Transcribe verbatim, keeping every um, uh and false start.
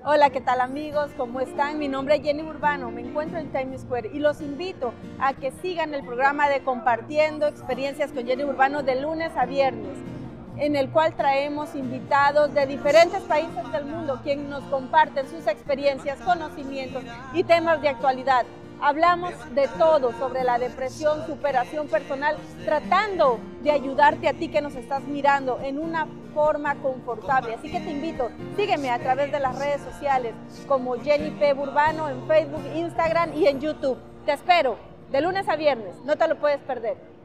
Hola, ¿qué tal amigos? ¿Cómo están? Mi nombre es Jenny Urbano, me encuentro en Times Square y los invito a que sigan el programa de Compartiendo Experiencias con Jenny Urbano de lunes a viernes, en el cual traemos invitados de diferentes países del mundo, quienes nos comparten sus experiencias, conocimientos y temas de actualidad. Hablamos de todo sobre la depresión, superación personal, tratando de ayudarte a ti que nos estás mirando en una forma confortable. Así que te invito, sígueme a través de las redes sociales como Jenny P. Urbano en Facebook, Instagram y en YouTube. Te espero de lunes a viernes, no te lo puedes perder.